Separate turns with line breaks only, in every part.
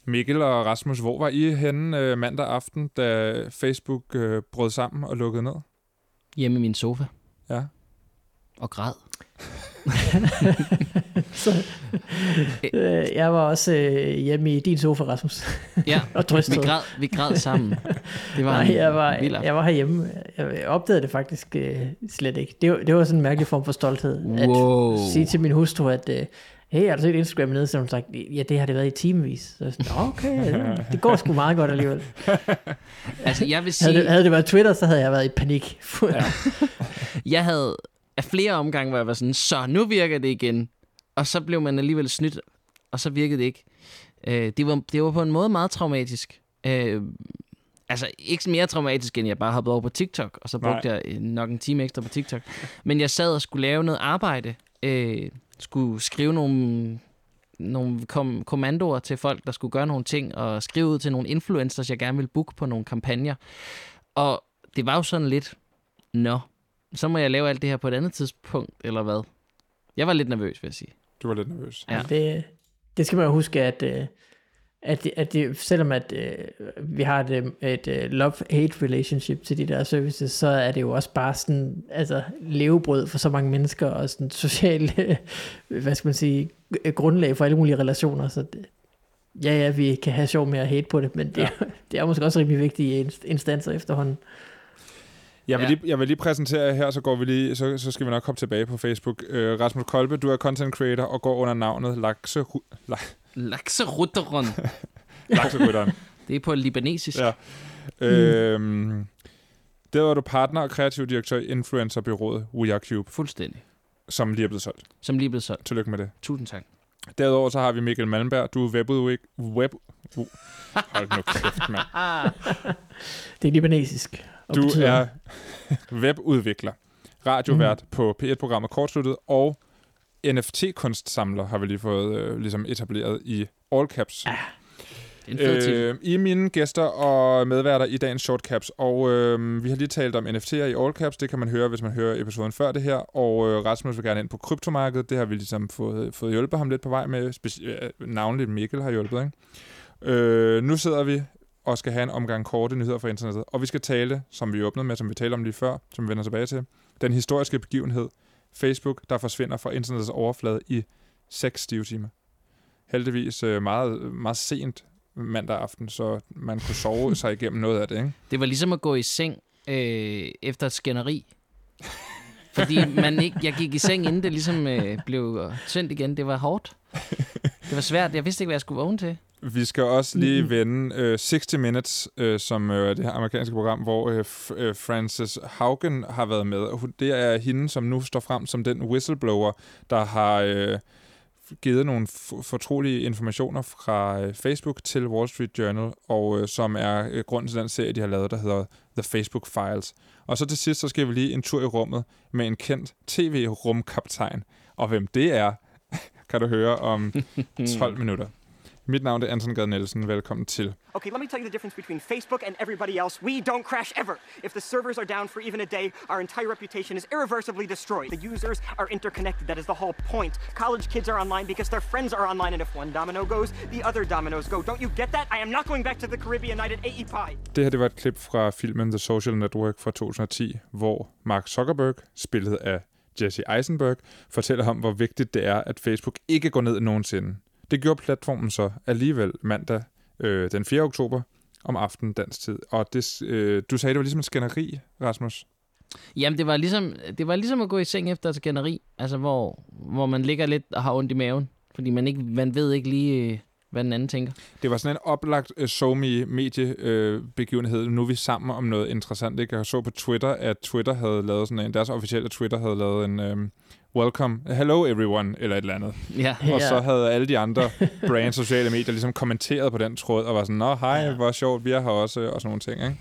Mikkel og Rasmus, hvor var I henne mandag aften, da Facebook brød sammen og lukkede ned?
Hjemme i min sofa.
Ja.
Og græd.
Jeg var også hjemme i din sofa, Rasmus.
Ja,
og trøstede.
Vi græd sammen. Det var
jeg var herhjemme. Jeg opdagede det faktisk slet ikke. Det var sådan en mærkelig form for stolthed.
Wow.
At sige til min hustru, at hey, har du set Instagram nede? Så hun sagt, ja, det har det været i timevis. Så jeg sådan, okay, det går sgu meget godt alligevel.
Altså, jeg vil sige...
Havde det været Twitter, så havde jeg været i panik.
Ja.
Jeg havde af flere omgange, hvor jeg var sådan, så nu virker det igen. Og så blev man alligevel snydt, og så virkede det ikke. Det var på en måde meget traumatisk. Altså ikke mere traumatisk, end jeg bare hoppede over på TikTok, og så brugte jeg nok en time ekstra på TikTok. Men jeg sad og skulle lave noget arbejde. Skulle skrive nogle kommandoer til folk, der skulle gøre nogle ting, og skrive ud til nogle influencers, jeg gerne ville booke på nogle kampagner. Og det var jo sådan lidt, så må jeg lave alt det her på et andet tidspunkt, eller hvad? Jeg var lidt nervøs, vil jeg sige.
Du var lidt nervøs.
Ja. Det skal man jo huske, at det, selvom at vi har et love-hate relationship til de der services, så er det jo også bare sådan, altså levebrød for så mange mennesker, og sådan sociale, hvad skal man sige, grundlag for alle mulige relationer, så ja, vi kan have sjov med at hate på det, men det er måske også rimelig vigtige instanser efterhånden.
Jeg vil lige præsentere her, så går vi lige, så skal vi nok komme tilbage på Facebook. Rasmus Kolbe, du er content creator og går under navnet
Lakserytteren.
Lakserytteren.
Det er på libanesisk.
Ja. Der var du partner og kreativ direktør i influencerbyrået We Are Cube.
Fuldstændig.
Som lige er blevet solgt. Tillykke med det.
Tusind tak.
Derudover så har vi Mikkel Malmberg. Du er hold nu kæft, mand.
Det er libanesisk.
Du er webudvikler, radiovært på P1-programmet Kortsluttet, og NFT-kunstsamler har vi lige fået ligesom etableret i All Caps.
Ja, det er en fed
I er mine gæster og medværter i dagens Short Caps, og vi har lige talt om NFT'er i All Caps. Det kan man høre, hvis man hører episoden før det her, og Rasmus vil gerne ind på kryptomarkedet. Det har vi ligesom fået hjulpet ham lidt på vej med. Navnligt Mikkel har hjulpet, ikke? Nu sidder vi og skal have en omgang korte nyheder fra internettet. Og vi skal tale, som vi åbnede med, som vi talte om lige før, som vi vender tilbage til, den historiske begivenhed, Facebook, der forsvinder fra internettets overflade i 6 stive timer. Heldigvis meget, meget sent mandag aften, så man kunne sove sig igennem noget af det, ikke?
Det var ligesom at gå i seng efter et skænderi. Fordi jeg gik i seng, inden det ligesom blev sendt igen. Det var hårdt. Det var svært. Jeg vidste ikke, hvad jeg skulle vågne til.
Vi skal også lige vende 60 Minutes, som det her amerikanske program, hvor Frances Haugen har været med. Det er hende, som nu står frem som den whistleblower, der har givet nogle fortrolige informationer fra Facebook til Wall Street Journal, og som er grunden til den serie, de har lavet, der hedder The Facebook Files. Og så til sidst, så skal vi lige en tur i rummet med en kendt tv-rumkaptajn. Og hvem det er, kan du høre om 12 minutter. Mit navn er Anton Gade Nielsen. Velkommen til.
Okay, let me tell you the difference between Facebook and everybody else. We don't crash ever. If the servers are down for even a day, our entire reputation is irreversibly destroyed. The users are interconnected. That is the whole point. College kids are online because their friends are online, and if one domino goes, the other dominoes go. Don't you get that? I am not going back to the Caribbean night at AE Pie. Det her, det var et klip fra filmen The Social Network fra 2010, hvor Mark Zuckerberg, spillet af Jesse Eisenberg, fortæller om, hvor vigtigt det er, at Facebook ikke går ned nogensinde. Det gjorde platformen så alligevel mandag den 4. oktober om aftenen dansk tid. Og det, du sagde, det var ligesom en skænderi, Rasmus.
Jamen, det var ligesom at gå i seng efter et skænderi, altså hvor man ligger lidt og har ondt i maven, fordi man ved ikke lige, hvad den anden tænker. Det
var sådan en oplagt mediebegivenhed. Nu er vi sammen om noget interessant. Jeg så på Twitter, at Twitter havde lavet sådan en, deres officielle Twitter havde lavet en welcome, hello everyone, eller et eller andet.
Ja.
Og så havde alle de andre brand sociale medier ligesom kommenteret på den tråd, og var sådan, nå hej, hvor sjovt, vi er her også, og sådan nogle ting,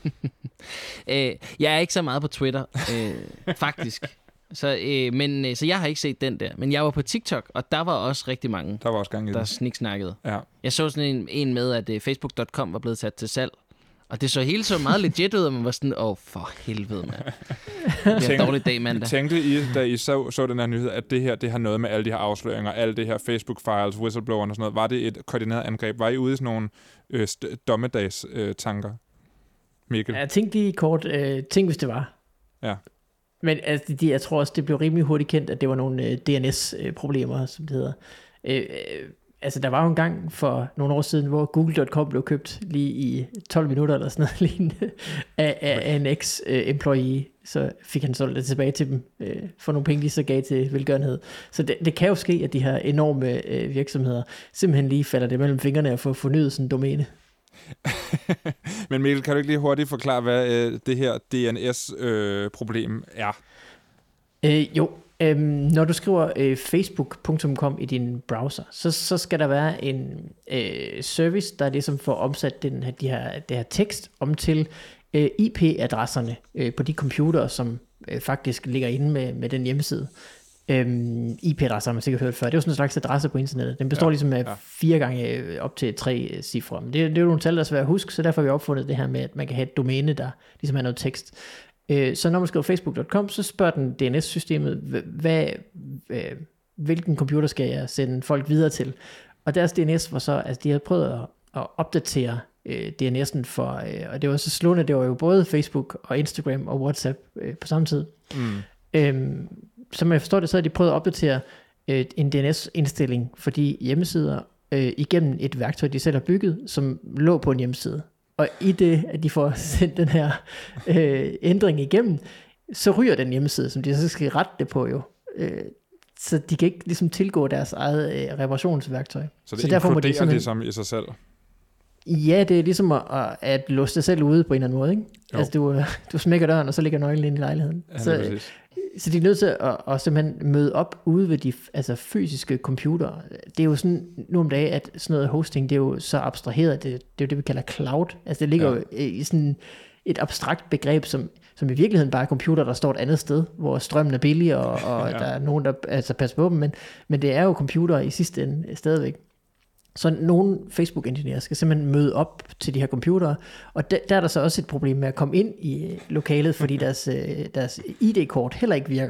ikke? Jeg er ikke så meget på Twitter, faktisk. Så jeg har ikke set den der. Men jeg var på TikTok, og der var også rigtig mange,
der var også gang i
der sniksnakkede.
Ja.
Jeg så sådan en med, at facebook.com var blevet sat til salg. Og det så hele så meget legit ud, og man var sådan, for helvede, mand. Det er en dårlig dag mandag.
Tænkte I, da I så den her nyhed, at det har noget med alle de her afsløringer, alle det her Facebook-files, whistleblowerne og sådan noget, var det et koordineret angreb? Var I ude i sådan nogle dommedags-tanker? Mikkel?
Jeg tænkte lige kort, tænk hvis det var.
Ja.
Men altså, jeg tror også, det blev rimelig hurtigt kendt, at det var nogle DNS-problemer, som det hedder. Altså, der var jo en gang for nogle år siden, hvor Google.com blev købt lige i 12 minutter eller sådan noget lignende af en ex-employee. Så fik han solgt det tilbage til dem for nogle penge, de så gav til velgørenhed. Så det kan jo ske, at de her enorme virksomheder simpelthen lige falder det mellem fingrene og får fornyet sådan en domæne.
Men Mikkel, kan du ikke lige hurtigt forklare, hvad det her DNS-problem er?
Jo. Når du skriver facebook.com i din browser, så skal der være en service, der ligesom får omsat det her tekst om til IP-adresserne på de computere, som faktisk ligger inde med den hjemmeside. IP-adresser har man sikkert hørt før. Det er jo sådan en slags adresse på internettet. Den består ligesom af 4 gange op til 3 cifre. Men det er jo nogle tal, der er svært at huske, så derfor har vi opfundet det her med, at man kan have et domæne, der ligesom har noget tekst. Så når man skriver facebook.com, så spørger den DNS-systemet, hvilken computer skal jeg sende folk videre til. Og deres DNS var så, altså de havde prøvet at opdatere DNS'en for, og det var så slående, det var jo både Facebook og Instagram og WhatsApp på samme tid. Som jeg forstår det, så har de prøvet at opdatere en DNS-indstilling for de hjemmesider igennem et værktøj, de selv har bygget, som lå på en hjemmeside. Og i det, at de får sendt den her ændring igennem, så ryger den hjemmeside, som de så skal rette det på jo. Så de kan ikke ligesom tilgå deres eget reparationsværktøj.
Så det derfor inkluderer de ligesom i sig selv? Ja, det er ligesom
at låse dig selv ude på en eller anden måde. Ikke? Altså du smækker døren, og så ligger nøglen inde i lejligheden.
Ja,
så de er nødt til at simpelthen møde op ude ved de fysiske computere. Det er jo sådan nu om dagen, at sådan noget hosting, det er jo så abstraheret, det er jo det, vi kalder cloud. Altså det ligger jo i sådan et abstrakt begreb, som i virkeligheden bare er computer, der står et andet sted, hvor strømmen er billig, og der er nogen, der passer på dem, men det er jo computer i sidste ende stadigvæk. Så nogle Facebook-ingeniører skal simpelthen møde op til de her computere, og der er der så også et problem med at komme ind i lokalet, fordi deres ID-kort heller ikke virker.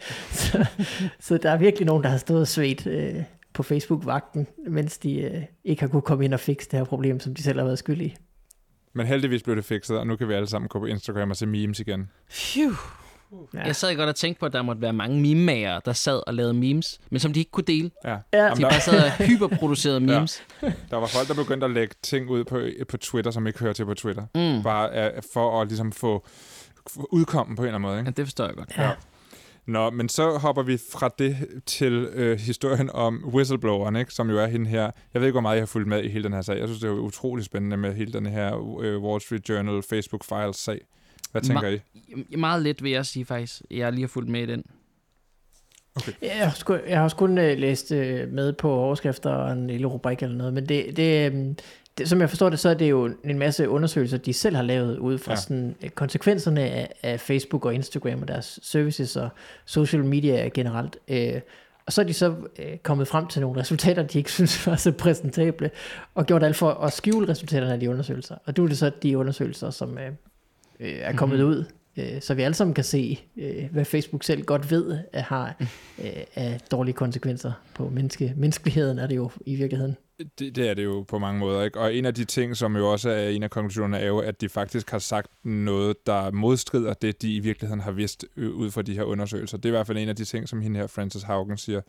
så der er virkelig nogen, der har stået og svedt på Facebook-vagten, mens de ikke har kunne komme ind og fikse det her problem, som de selv har været skyldige.
Men heldigvis blev det fikset, og nu kan vi alle sammen gå på Instagram og se memes igen.
Phew. Ja. Jeg sad godt og tænkte på, at der måtte være mange meme-magere, der sad og lavede memes, men som de ikke kunne dele.
Ja.
De bare sad og hyperproducerede memes.
Ja. Der var folk, der begyndte at lægge ting ud på Twitter, som ikke hører til på Twitter. Bare for at ligesom få udkommen på en eller anden måde. Ikke?
Ja, det forstår jeg godt.
Ja. Nå, men så hopper vi fra det til historien om whistlebloweren, ikke? Som jo er hende her. Jeg ved ikke, hvor meget jeg har fulgt med i hele den her sag. Jeg synes, det er utrolig spændende med hele den her Wall Street Journal Facebook Files sag. Hvad tænker I?
Meget lidt vil jeg sige faktisk. Jeg lige har fulgt med i den.
Okay.
Jeg har også kun læst med på overskrifter og en lille rubrik eller noget, men det, som jeg forstår det, så er det jo en masse undersøgelser, de selv har lavet ud fra sådan, konsekvenserne af Facebook og Instagram og deres services og social media generelt. Og så er de så kommet frem til nogle resultater, de ikke synes var så præsentable, og gjort alt for at skjule resultaterne af de undersøgelser. Og nu er det så de undersøgelser, som er kommet ud, så vi alle sammen kan se, hvad Facebook selv godt ved, at har af dårlige konsekvenser på menneskeligheden, er det jo i virkeligheden.
Det er det jo på mange måder, ikke? Og en af de ting, som jo også er en af konklusionerne, er jo, at de faktisk har sagt noget, der modstrider det, de i virkeligheden har vidst ud fra de her undersøgelser. Det er i hvert fald en af de ting, som hende her, Frances Haugen, siger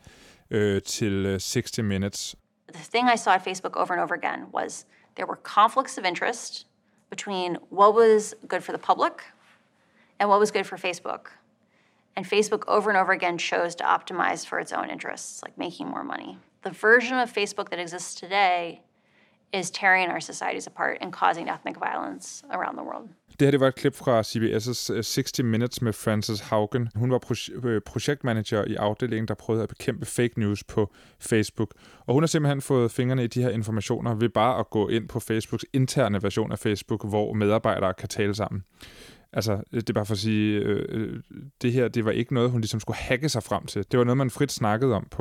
til 60 Minutes.
The thing I saw at Facebook over and over again was there were conflicts of interest between what was good for the public and what was good for Facebook. And Facebook over and over again chose to optimize for its own interests, like making more money. The version of Facebook that exists today is tearing our societies apart and causing ethnic violence around the world.
Det her det var et klip fra CBS's 60 Minutes med Frances Haugen. Hun var projektmanager i afdelingen, der prøvede at bekæmpe fake news på Facebook. Og hun har simpelthen fået fingrene i de her informationer ved bare at gå ind på Facebooks interne version af Facebook, hvor medarbejdere kan tale sammen. Altså, det er bare for at sige, det her, det var ikke noget, hun ligesom skulle hacke sig frem til. Det var noget, man frit snakkede om på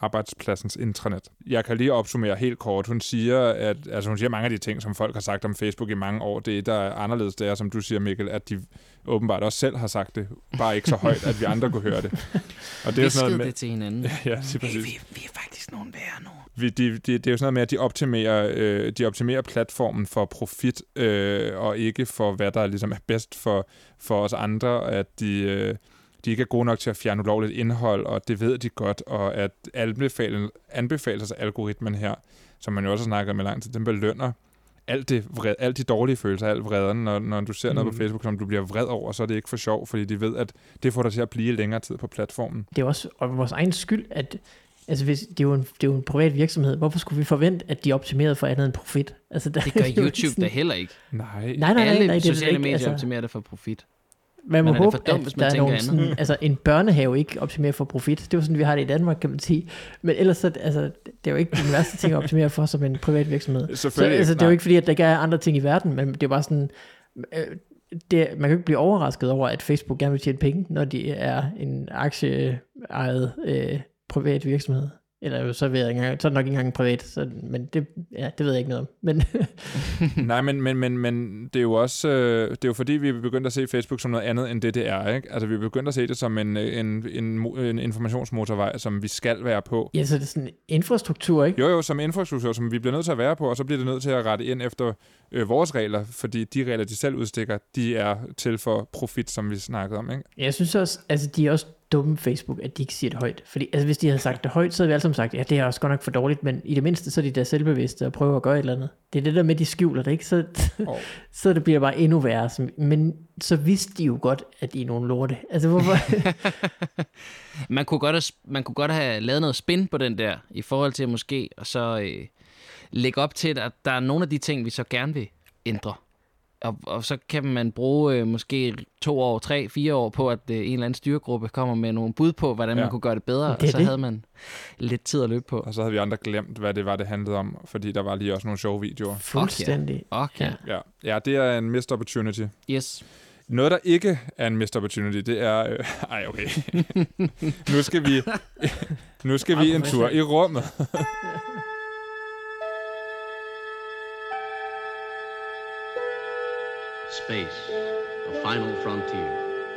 arbejdspladsens intranet. Jeg kan lige opsummere helt kort. Hun siger mange af de ting, som folk har sagt om Facebook i mange år. Det, der er anderledes, det er, som du siger, Mikkel, at de åbenbart også selv har sagt det, bare ikke så højt, at vi andre kunne høre det. Og det er sådan noget med,
det til hinanden.
Ja, præcis.
Vi er faktisk nogen værre nu.
Det er jo sådan noget med, at de optimerer platformen for profit, og ikke for, hvad der ligesom er bedst for os andre, at de ikke er gode nok til at fjerne ulovligt indhold, og det ved de godt, og at anbefalesalgoritmen her, som man jo også har snakket med lang tid, den belønner alt de dårlige følelser, alt vreden, når du ser noget på Facebook, som du bliver vred over, så er det ikke for sjov, fordi de ved, at det får dig til at blive længere tid på platformen.
Det er også vores egen skyld, at altså, det er jo en privat virksomhed. Hvorfor skulle vi forvente, at de er optimeret for andet end profit? Altså,
det gør YouTube da heller ikke.
Nej.
Alle sociale medier optimerer det for profit.
Man må håbe, at der er nogen sådan, altså en børnehave ikke optimerer for profit. Det er jo sådan, vi har det i Danmark, kan man sige. Men ellers så, altså, det er jo ikke den værste ting at optimere for som en privat virksomhed. Så altså, det er jo ikke fordi, at der ikke er andre ting i verden, men det er bare sådan, man kan ikke blive overrasket over, at Facebook gerne vil tjene penge, når de er en aktieejet privat virksomhed. Eller så er det nok ikke engang privat, men det ved jeg ikke noget om. Men
nej, men det er jo også det er jo fordi, vi er begyndt at se Facebook som noget andet end det er, ikke? Altså vi er begyndt at se det som en informationsmotorvej, som vi skal være på.
Ja, så det er sådan en infrastruktur, ikke?
Jo, som infrastruktur, som vi bliver nødt til at være på, og så bliver det nødt til at rette ind efter vores regler, fordi de regler, de selv udstikker, de er til for profit, som vi snakkede om, ikke?
Jeg synes også, altså de er også dumme Facebook, at de ikke siger det højt. Fordi altså, hvis de havde sagt det højt, så havde vi alle sammen sagt, ja, det er også godt nok for dårligt, men i det mindste, så er de der selvbevidste og prøver at gøre et eller andet. Det er det der med, de skjuler det, ikke? Så det bliver bare endnu værre. Men så vidste de jo godt, at I er nogle lorte. Altså, hvorfor?
man kunne godt have lavet noget spin på den der, i forhold til måske, og så lægge op til, at der er nogle af de ting, vi så gerne vil ændre. Og så kan man bruge måske 2 år, 3, 4 år på, at en eller anden styregruppe kommer med nogle bud på, hvordan man kunne gøre det bedre, og så havde man lidt tid at løbe på. Og
så havde vi andre glemt, hvad det var, det handlede om, fordi der var lige også nogle sjove videoer.
Fuldstændig.
Okay.
Ja, det er en missed opportunity.
Yes.
Noget, der ikke er en missed opportunity, det er... okay. Nu skal vi en tur i rummet.
Space, the final frontier.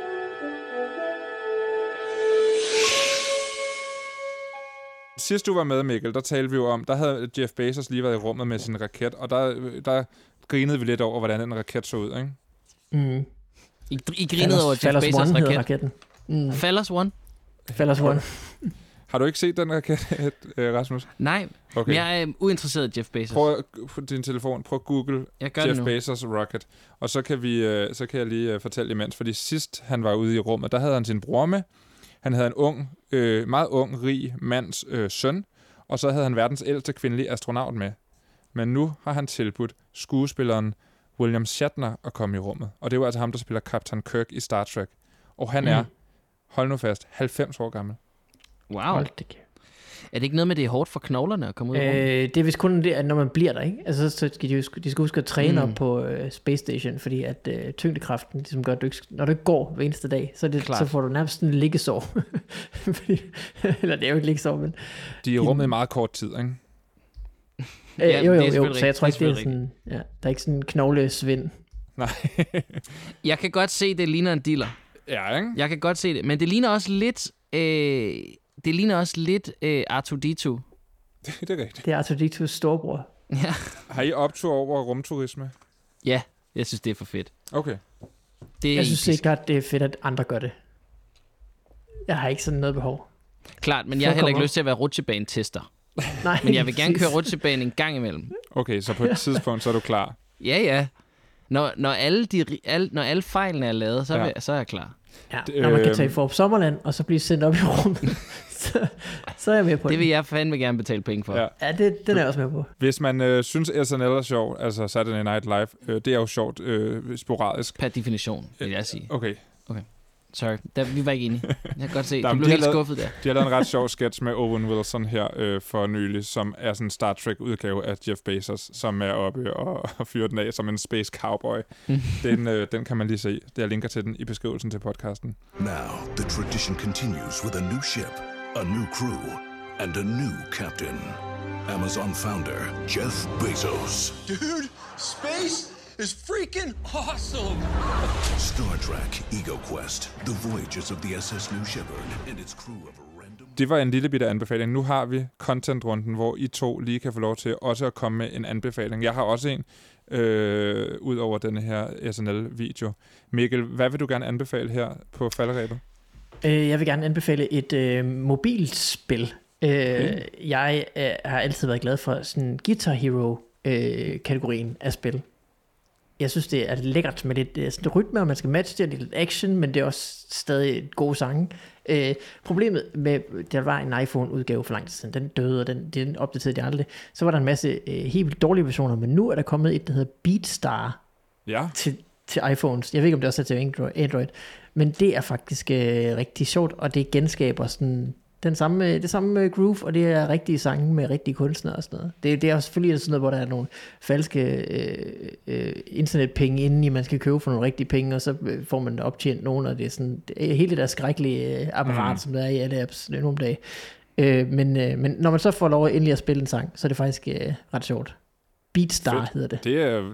Sidst du var med, Mikkel, der talte vi jo om, der havde Jeff Bezos lige været i rummet med sin raket, og der grinede vi lidt over, hvordan den raket så ud, ikke?
Mm.
I grinede over Jeff Bezos raket?
Phallus One?
Phallus One.
Har du ikke set den raket, Rasmus?
Nej, okay. Men jeg er uinteresseret i Jeff Bezos.
Prøv på din telefon, prøv at google Jeff Bezos rocket, og så kan jeg lige fortælle imens, fordi sidst han var ude i rummet, der havde han sin bror med. Han havde en meget ung, rig mands søn, og så havde han verdens ældste kvindelige astronaut med. Men nu har han tilbudt skuespilleren William Shatner at komme i rummet, og det var altså ham, der spiller Captain Kirk i Star Trek. Og han er, hold nu fast, 90 år gammel.
Wow. Er det ikke noget med, det er hårdt for knoglerne at komme ud af rummet?
Det er vist kun det, at når man bliver der, ikke? Altså, så skal de skal huske at træne op på Space Station, fordi at tyngdekraften ligesom gør, at når du ikke går hver eneste dag, så får du nærmest en liggesår. Eller det er jo ikke liggesår, men...
De er i rummet i meget kort tid, ikke?
Jo, så jeg tror ikke, det er sådan... Ja, der er ikke sådan en knoglesvind.
Nej.
Jeg kan godt se, det ligner en dealer.
Ja, ikke?
Jeg kan godt se det, men det ligner også lidt... Det ligner også lidt R2-D2.
Det er rigtigt.
Det er R2-D2's storebror.
Ja.
Har I optur over rumturisme?
Ja, jeg synes, det er for fedt.
Okay.
Jeg synes ikke, at det er fedt, at andre gør det. Jeg har ikke sådan noget behov.
Klart, men jeg har heller ikke lyst til at være rutsjebane-tester.
Nej,
men jeg vil gerne køre rutsjebane en gang imellem.
Okay, så på et tidspunkt, så er du klar?
Ja. Når alle fejlene er lavet, så er jeg klar.
Ja, når man kan tage for Sommerland, og så blive sendt op i rummet, så er jeg med på det.
Det vil jeg fandme gerne betale penge for.
Ja, den er jeg også med på.
Hvis man synes, SNL er sjov, altså Saturday Night Live, det er jo sjovt sporadisk.
Per definition, vil jeg sige.
Okay.
Sorry, vi var ikke enige. Jeg kan godt se, du blev helt skuffet der.
De har lavet en ret sjov sketch med Owen Wilson her for nylig, som er sådan en Star Trek-udgave af Jeff Bezos, som er oppe og fyrer den af som en space cowboy. Den kan man lige se. Jeg linker til den i beskrivelsen til podcasten.
Now, the tradition continues with a new ship, a new crew, and a new captain. Amazon founder Jeff Bezos.
Dude, space is freaking awesome!
Star Trek Ego Quest. The voyages of the SS New Shepard and its crew of random...
Det var en lille bitte anbefaling. Nu har vi content-runden, hvor I to lige kan få lov til også at komme med en anbefaling. Jeg har også en, ud over denne her SNL-video. Mikkel, hvad vil du gerne anbefale her på falderebet?
Jeg vil gerne anbefale et mobilspil. Jeg har altid været glad for sådan Guitar Hero-kategorien af spil. Jeg synes, det er lækkert med lidt sådan rytme, og man skal matche det, lidt action, men det er også stadig et gode sange. Problemet med, der var en iPhone-udgave for lang tid siden, den døde, og den opdaterede de aldrig. Så var der en masse helt vildt dårlige versioner, men nu er der kommet et, der hedder Beatstar til iPhones. Jeg ved ikke, om det også er til Android, men det er faktisk rigtig sjovt, og det genskaber sådan det samme groove, og det er rigtige sange med rigtige kunstnere og sådan noget. Det er også selvfølgelig sådan noget, hvor der er nogle falske internetpenge indeni, man skal købe for nogle rigtige penge, og så får man optjent nogen, og det er sådan hele det der skrækkelige apparat, som der er i alle apps nogle dage. Men når man så får lov endelig at spille en sang, så er det faktisk ret sjovt. Beatstar hedder det.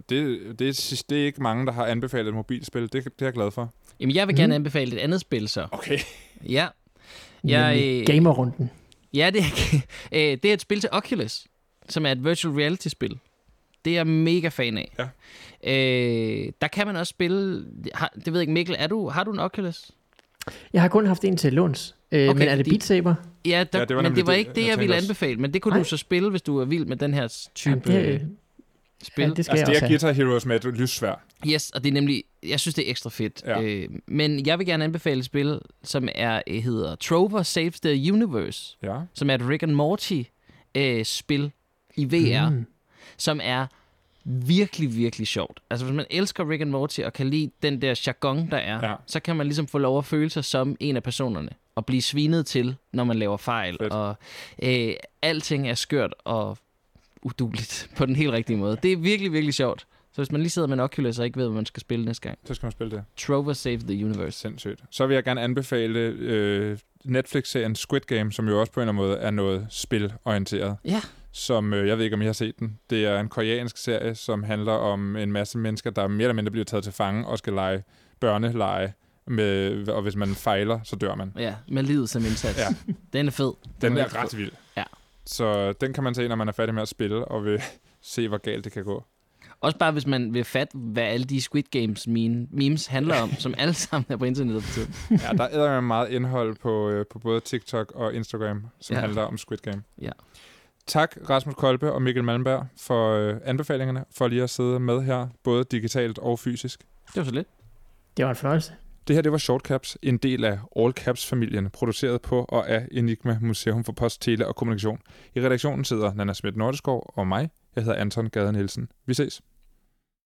Det er ikke mange, der har anbefalet et mobilspil. Det er jeg glad for.
Jamen, jeg vil gerne anbefale et andet spil så.
Okay.
Ja.
Gamerrunden.
Ja, det er et spil til Oculus, som er et virtual reality-spil. Det er jeg mega fan af.
Ja.
Der kan man også spille... Det ved jeg ikke, Mikkel, har du en Oculus?
Jeg har kun haft en til låns. Okay, men er det Beat Saber?
Ja, men det var ikke det, jeg ville anbefale. Men det kunne du så spille, hvis du er vild med den her type spil.
Ja, det skal
det er Guitar Heroes med et lyssværd.
Yes, og det er nemlig... Jeg synes, det er ekstra fedt.
Ja.
Men jeg vil gerne anbefale et spil, som hedder Trover Saves the Universe.
Ja.
Som er et Rick and Morty-spil i VR. Som er virkelig, virkelig sjovt. Altså, hvis man elsker Rick and Morty og kan lide den der jargon, der er, så kan man ligesom få lov at føle sig som en af personerne. Og blive svinet til, når man laver fejl. Fedt. Og alting er skørt og udueligt på den helt rigtige måde. Det er virkelig, virkelig sjovt. Så hvis man lige sidder med en Oculus og ikke ved, hvad man skal spille næste gang,
så skal man spille det.
Trover Save the Universe.
Sindssygt. Så vil jeg gerne anbefale Netflix-serien Squid Game, som jo også på en eller anden måde er noget spilorienteret.
Ja.
Som, jeg ved ikke, om I har set den. Det er en koreansk serie, som handler om en masse mennesker, der mere eller mindre bliver taget til fange og skal lege børneleje. Og hvis man fejler, så dør man.
Ja, med livet som indsats. Ja. Den er fed.
Den er ret vild.
Ja.
Så den kan man se, når man er færdig med at spille, og vil se, hvor galt det kan gå.
Også bare, hvis man vil fatte, hvad alle de Squid Games memes handler om, som alle sammen er på internettet for tiden.
Ja, der er meget indhold på både TikTok og Instagram, som handler om Squid Game.
Ja.
Tak, Rasmus Kolbe og Mikkel Malmberg, for anbefalingerne, for lige at sidde med her, både digitalt og fysisk.
Det var så lidt.
Det var en fornøjelse.
Det her, det var Short Caps, en del af All Caps-familien, produceret på og af Enigma Museum for Post, Tele og Kommunikation. I redaktionen sidder Nana Schmidt Nordeskov og mig. Jeg hedder Anton Gade Nielsen. Vi ses.